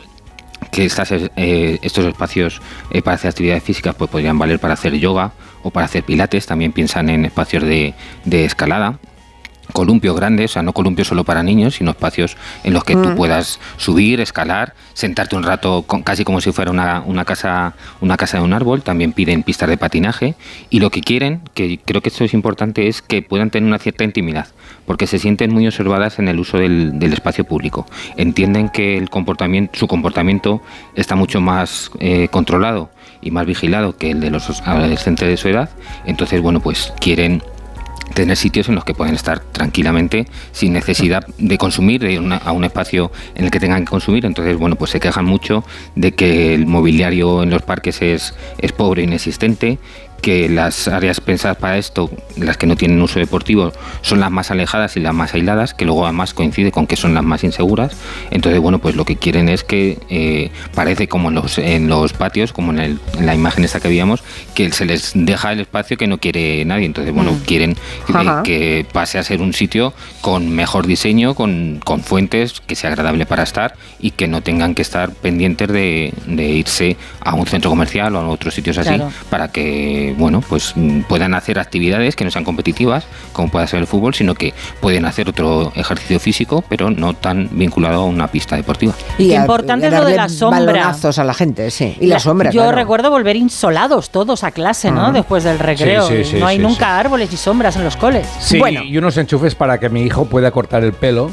estos espacios para hacer actividades físicas pues podrían valer para hacer yoga o para hacer pilates. También piensan en espacios de escalada, columpios grandes, o sea, no columpios solo para niños, sino espacios en los que tú puedas subir, escalar, sentarte un rato, casi como si fuera una casa de un árbol. También piden pistas de patinaje, y lo que quieren, que creo que esto es importante, es que puedan tener una cierta intimidad, porque se sienten muy observadas en el uso del espacio público. Entienden que su comportamiento está mucho más controlado y más vigilado que el de los adolescentes de su edad. Entonces, bueno, pues quieren tener sitios en los que pueden estar tranquilamente sin necesidad de consumir, de ir a un espacio en el que tengan que consumir. Entonces, bueno, pues se quejan mucho de que el mobiliario en los parques es pobre e inexistente, que las áreas pensadas para esto, las que no tienen uso deportivo, son las más alejadas y las más aisladas, que luego además coincide con que son las más inseguras. Entonces, bueno, pues lo que quieren es que parece como en los patios, como en la imagen esta que veíamos, que se les deja el espacio que no quiere nadie. Entonces, bueno, quieren que pase a ser un sitio con mejor diseño, con fuentes, que sea agradable para estar y que no tengan que estar pendientes de irse a un centro comercial o a otros sitios así, para que bueno, pues puedan hacer actividades que no sean competitivas, como puede ser el fútbol, sino que pueden hacer otro ejercicio físico, pero no tan vinculado a una pista deportiva. Y qué importante es lo de la sombra. Balonazos a la gente, sí. Y la sombra, yo recuerdo volver insolados todos a clase, ¿no? Después del recreo. Sí, no hay nunca árboles y sombras en los coles. Sí, bueno. Y unos enchufes para que mi hijo pueda cortar el pelo.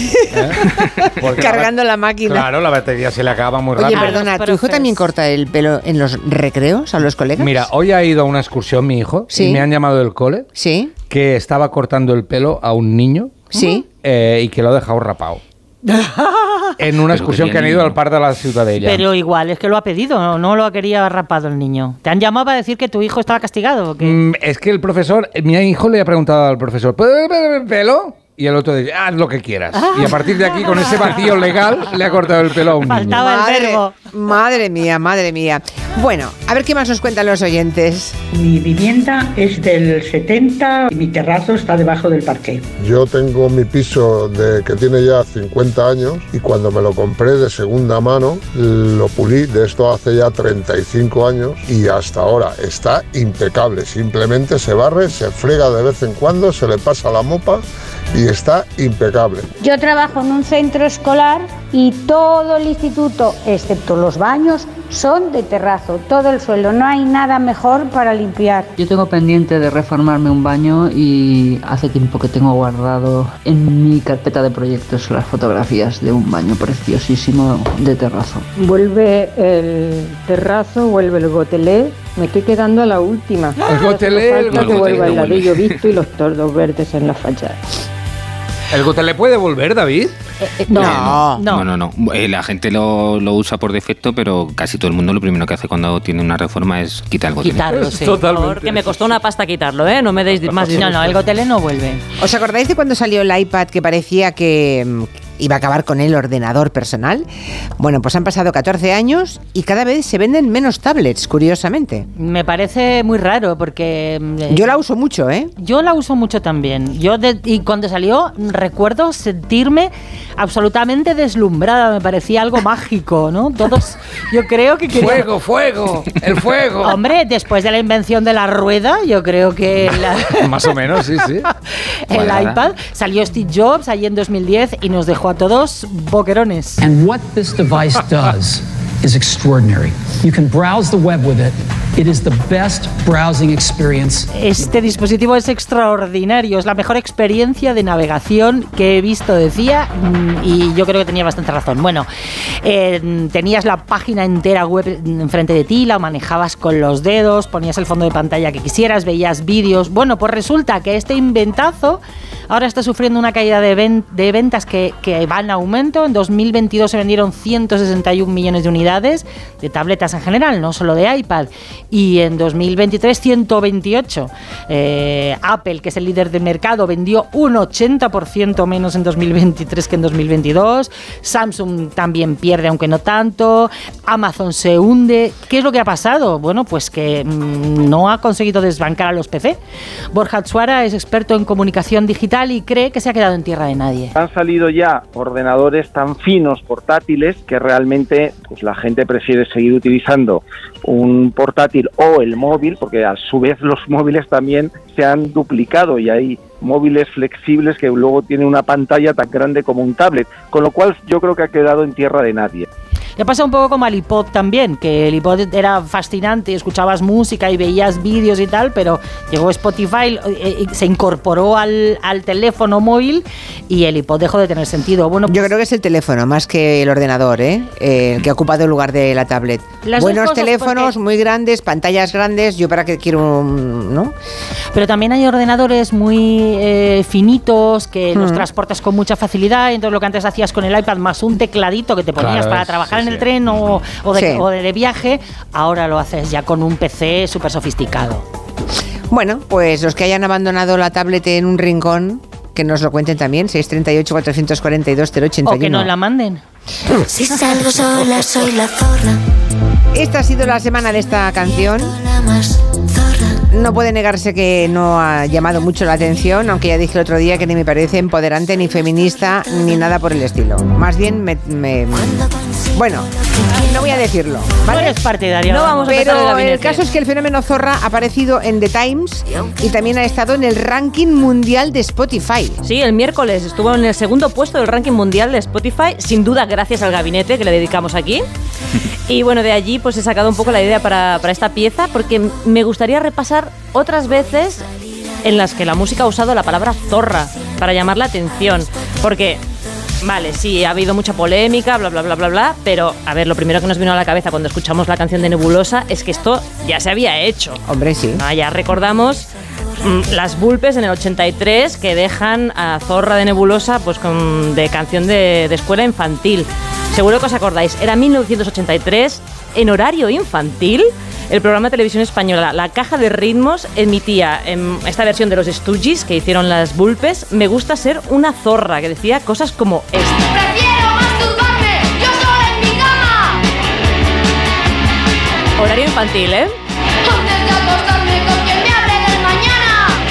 Cargando la máquina. Claro, la batería se le acaba muy rápido. Oye, perdona, ¿tu hijo también corta el pelo en los recreos a los colegas? Mira, hoy ha ido a una excursión mi hijo, y me han llamado del cole, que estaba cortando el pelo a un niño, y que lo ha dejado rapado. En una excursión que han ido al Parque de la Ciutadella. Pero igual, es que lo ha pedido, no lo quería rapado el niño. ¿Te han llamado para decir que tu hijo estaba castigado o qué? Es que el profesor, mi hijo le ha preguntado al profesor, ¿puedo ver el pelo? Y el otro dice, haz lo que quieras. Y a partir de aquí, con ese vacío legal, le ha cortado el pelo a un niño. Faltaba el verbo. Madre mía, madre mía. Bueno, a ver qué más nos cuentan los oyentes. Mi vivienda es del 70 y mi terrazo está debajo del parqué. Yo tengo mi piso que tiene ya 50 años y cuando me lo compré de segunda mano, lo pulí de esto hace ya 35 años y hasta ahora está impecable. Simplemente se barre, se frega de vez en cuando, se le pasa la mopa y está impecable. Yo trabajo en un centro escolar y todo el instituto, excepto los baños, son de terrazo, todo el suelo, no hay nada mejor para limpiar. Yo tengo pendiente de reformarme un baño y hace tiempo que tengo guardado en mi carpeta de proyectos las fotografías de un baño preciosísimo de terrazo. Vuelve el terrazo, vuelve el gotelé. Me estoy quedando a la última. El gotelé, falta que vuelva el ladrillo visto y los tordos verdes en la fachada. ¿El gotelé puede volver, David? No. La gente lo usa por defecto, pero casi todo el mundo lo primero que hace cuando tiene una reforma es quitar el gotelé. Quitarlo, sí. Totalmente. Porque me costó una pasta quitarlo, ¿eh? No me deis más dinero. No, el gotelé no vuelve. ¿Os acordáis de cuando salió el iPad que parecía que iba a acabar con el ordenador personal? Bueno, pues han pasado 14 años y cada vez se venden menos tablets, curiosamente. Me parece muy raro porque... yo la uso mucho, ¿eh? Yo la uso mucho también. Y cuando salió recuerdo sentirme absolutamente deslumbrada, me parecía algo mágico, ¿no? Todos, yo creo que... ¡Fuego! ¡El fuego! Hombre, después de la invención de la rueda, yo creo que... Más o menos, sí. El iPad, salió Steve Jobs allí en 2010 y nos dejó a todos boquerones. And what this device does is extraordinary. You can browse the web with it. It is the best browsing experience. Este dispositivo es extraordinario, es la mejor experiencia de navegación que he visto, decía, y yo creo que tenía bastante razón. Bueno, tenías la página entera web enfrente de ti, la manejabas con los dedos, ponías el fondo de pantalla que quisieras, veías vídeos. Bueno, pues resulta que este inventazo ahora está sufriendo una caída de ventas que va en aumento. En 2022 se vendieron 161 millones de unidades de tabletas en general, no solo de iPad. Y en 2023, 128. Apple, que es el líder del mercado, vendió un 80% menos en 2023 que en 2022. Samsung también pierde, aunque no tanto. Amazon se hunde. ¿Qué es lo que ha pasado? Bueno, pues que no ha conseguido desbancar a los PC. Borja Tsuara es experto en comunicación digital y cree que se ha quedado en tierra de nadie. Han salido ya ordenadores tan finos, portátiles, que realmente pues la gente prefiere seguir utilizando un portátil o el móvil, porque a su vez los móviles también se han duplicado y hay móviles flexibles que luego tienen una pantalla tan grande como un tablet, con lo cual yo creo que ha quedado en tierra de nadie. Le pasa un poco como al iPod también, que el iPod era fascinante, escuchabas música y veías vídeos y tal, pero llegó Spotify, se incorporó al teléfono móvil y el iPod dejó de tener sentido. Bueno, yo creo que es el teléfono más que el ordenador, que ha ocupado el lugar de la tablet. Buenos teléfonos, muy grandes, pantallas grandes, yo para qué quiero ¿no? Pero también hay ordenadores muy finitos que los transportas con mucha facilidad, entonces lo que antes hacías con el iPad más un tecladito que te ponías para trabajar en el tren o de viaje, ahora lo haces ya con un PC súper sofisticado. Bueno, pues los que hayan abandonado la tablet en un rincón, que nos lo cuenten también, 638-442-081. O que nos la manden. Si salgo sola, soy la zorra. Esta ha sido la semana de esta canción. No puede negarse que no ha llamado mucho la atención, aunque ya dije el otro día que ni me parece empoderante, ni feminista, ni nada por el estilo. Más bien bueno, no voy a decirlo, ¿vale? No eres partidaria. No vamos a empezar Pero el caso es que el fenómeno zorra ha aparecido en The Times y también ha estado en el ranking mundial de Spotify. Sí, el miércoles estuvo en el segundo puesto del ranking mundial de Spotify, sin duda gracias al gabinete que le dedicamos aquí. Y bueno, de allí pues he sacado un poco la idea para esta pieza, porque me gustaría repasar otras veces en las que la música ha usado la palabra zorra para llamar la atención, porque vale, sí, ha habido mucha polémica, bla, bla, bla, bla, bla, pero a ver, lo primero que nos vino a la cabeza cuando escuchamos la canción de Nebulosa es que esto ya se había hecho. Hombre, sí. Ya recordamos las Vulpes en el 83 que dejan a Zorra de Nebulosa pues de canción de escuela infantil. Seguro que os acordáis, era 1983, en horario infantil, el programa de televisión española La Caja de Ritmos emitía esta versión de los Stooges que hicieron las Vulpes, Me gusta ser una zorra, que decía cosas como esta. ¡Prefiero masturbarme yo sola en mi cama! Horario infantil, ¿eh? Antes de acostarme con quien me hable del mañana.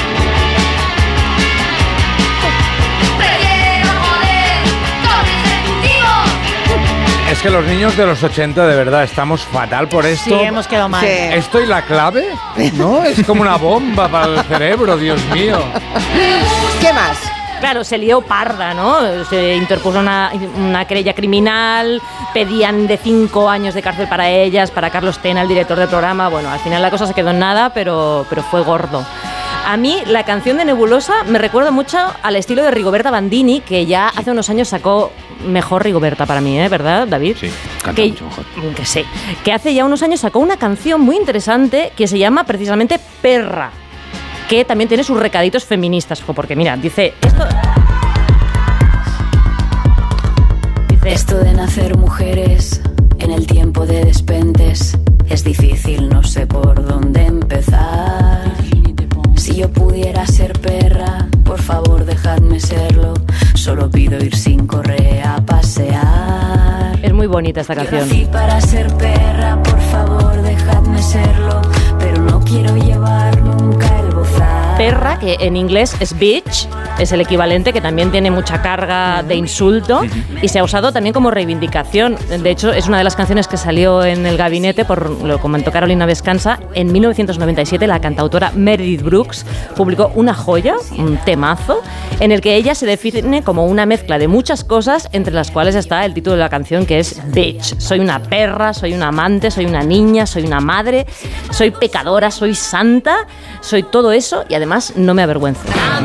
Prefiero joder con el ejecutivo. Es que los niños de los 80 de verdad estamos fatal por esto. Sí, hemos quedado mal. Sí. ¿Esto y la clave? ¿No? Es como una bomba para el cerebro, Dios mío. ¿Qué más? Claro, se lió parda, ¿no? Se interpuso una querella criminal, pedían de 5 años de cárcel para ellas, para Carlos Tena, el director del programa. Bueno, al final la cosa se quedó en nada, pero fue gordo. A mí la canción de Nebulosa me recuerda mucho al estilo de Rigoberta Bandini, que ya hace unos años sacó mejor Rigoberta para mí, ¿verdad, David? Sí, canta mucho mejor. Que sí. Que hace ya unos años sacó una canción muy interesante que se llama precisamente Perra, que también tiene sus recaditos feministas, porque mira, dice esto... Esto de nacer mujeres en el tiempo de despentes es difícil, no sé por dónde empezar. Si yo pudiera ser perra, por favor dejadme serlo. Solo pido ir sin correa a pasear. Es muy bonita esta canción. Yo nací para ser perra, por favor dejadme serlo. Pero no quiero llevar nunca el bozal. Perra, que en inglés es bitch, es el equivalente, que también tiene mucha carga de insulto y se ha usado también como reivindicación. De hecho, es una de las canciones que salió en el gabinete, lo comentó Carolina Vescanza. En 1997 la cantautora Meredith Brooks publicó una joya, un temazo, en el que ella se define como una mezcla de muchas cosas, entre las cuales está el título de la canción, que es bitch. Soy una perra, soy una amante, soy una niña, soy una madre, soy pecadora, soy santa, soy todo eso y además no me avergüenzo.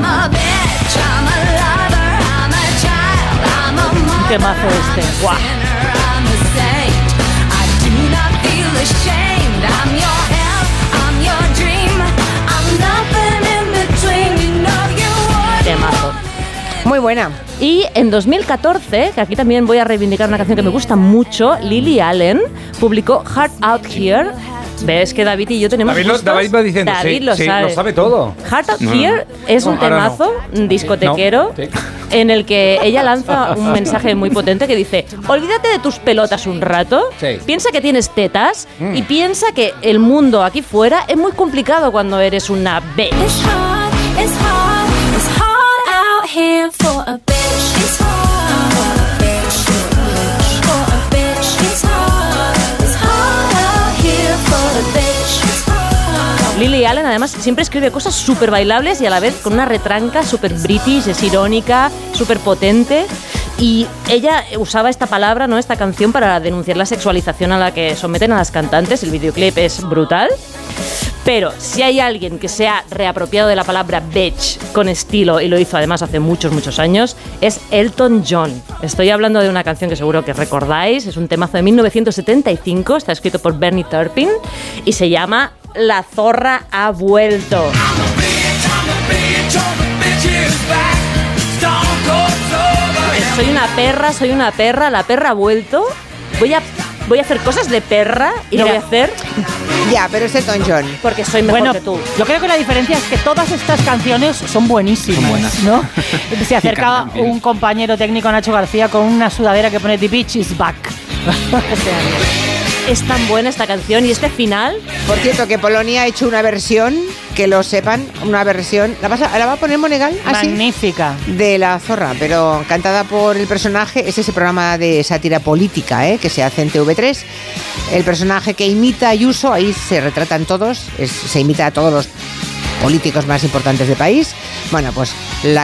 ¿Qué mazo este? ¡Guau! Temazo. Muy buena. Y en 2014, que aquí también voy a reivindicar una canción que me gusta mucho, Lily Allen publicó Heart Out Here. ¿Ves que David y yo tenemos David va diciendo, David sí, lo sabe todo. Heart Out Here es un temazo discotequero en el que ella lanza un mensaje muy potente que dice: olvídate de tus pelotas un rato, piensa que tienes tetas y piensa que el mundo aquí fuera es muy complicado cuando eres una bitch. It's hard out here for a bitch. It's hard for a bitch. For a bitch. It's hard out here for a bitch. Lily Allen además siempre escribe cosas súper bailables y a la vez con una retranca súper british, es irónica, súper potente. Y ella usaba esta palabra, ¿no? Esta canción para denunciar la sexualización a la que someten a las cantantes. El videoclip es brutal. Pero si hay alguien que se ha reapropiado de la palabra bitch con estilo, y lo hizo además hace muchos, muchos años, es Elton John. Estoy hablando de una canción que seguro que recordáis. Es un temazo de 1975, está escrito por Bernie Taupin y se llama La zorra ha vuelto. Soy una perra, la perra ha vuelto. Voy a hacer cosas de perra y lo voy a hacer. Ya, pero es Elton John. Porque soy mejor que tú. Yo creo que la diferencia es que todas estas canciones son buenísimas. Son buenas. ¿No? Se acerca un compañero técnico, Nacho García, con una sudadera que pone The Beach is Back. Es tan buena esta canción y este final. Por cierto, que Polonia ha hecho una versión, que lo sepan, una versión. ¿La va a poner Monegal? ¿Así? Magnífica. De La Zorra, pero cantada por el personaje. Es ese programa de sátira política, que se hace en TV3. El personaje que imita a Ayuso, ahí se retratan todos, se imita a todos los políticos más importantes del país. Bueno, pues la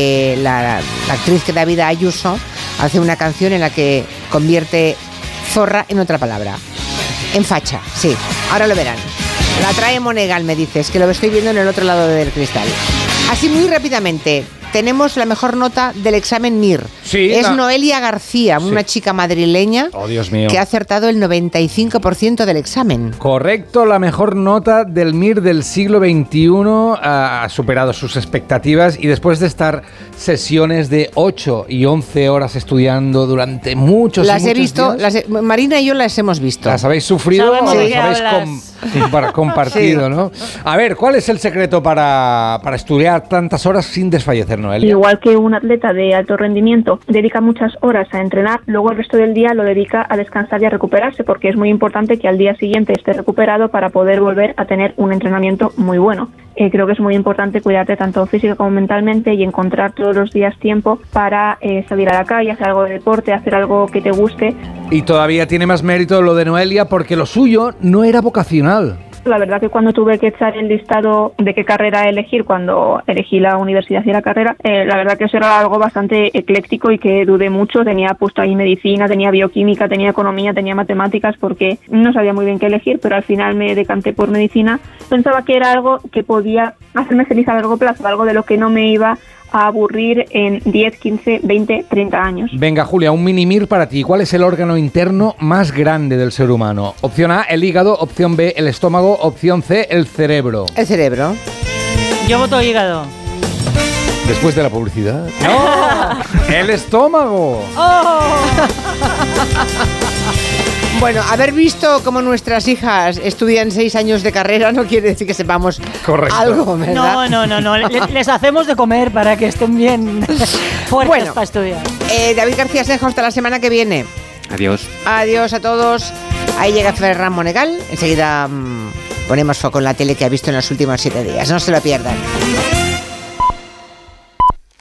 actriz que da vida a Ayuso hace una canción en la que convierte zorra en otra palabra. En facha, sí. Ahora lo verán. La trae Monegal, me dices, que lo estoy viendo en el otro lado del cristal. Así muy rápidamente, tenemos la mejor nota del examen MIR. Sí, es Noelia García, una chica madrileña Dios mío, que ha acertado el 95% del examen. Correcto, la mejor nota del MIR del siglo XXI, ha superado sus expectativas y después de estar sesiones de 8 y 11 horas estudiando durante muchos Las he visto, días. Marina y yo las hemos visto. ¿Las habéis sufrido o Sabemos de las qué habéis compartido, ¿no? A ver, ¿cuál es el secreto para estudiar tantas horas sin desfallecer, Noelia? Igual que un atleta de alto rendimiento dedica muchas horas a entrenar, luego el resto del día lo dedica a descansar y a recuperarse, porque es muy importante que al día siguiente esté recuperado para poder volver a tener un entrenamiento muy bueno. Creo que es muy importante cuidarte tanto física como mentalmente y encontrar todos los días tiempo para salir a la calle, hacer algo de deporte, hacer algo que te guste. Y todavía tiene más mérito lo de Noelia porque lo suyo no era vocacional. La verdad que cuando tuve que echar el listado de qué carrera elegir, cuando elegí la universidad y la carrera, la verdad que eso era algo bastante ecléctico y que dudé mucho. Tenía puesto ahí medicina, tenía bioquímica, tenía economía, tenía matemáticas, porque no sabía muy bien qué elegir, pero al final me decanté por medicina. Pensaba que era algo que podía hacerme feliz a largo plazo, algo de lo que no me iba a aburrir en 10, 15, 20, 30 años. Venga, Julia, un mini-MIR para ti. ¿Cuál es el órgano interno más grande del ser humano? Opción A, el hígado. Opción B, el estómago. Opción C, el cerebro. El cerebro. Yo voto hígado. Después de la publicidad. ¡No! ¡El estómago! Bueno, haber visto cómo nuestras hijas estudian 6 años de carrera no quiere decir que sepamos algo, ¿verdad? No. Les hacemos de comer para que estén bien fuertes para estudiar. David García Senjo, hasta la semana que viene. Adiós. Adiós a todos. Ahí llega Ferran Monegal. Enseguida ponemos foco en la tele que ha visto en los últimos 7 días. No se lo pierdan.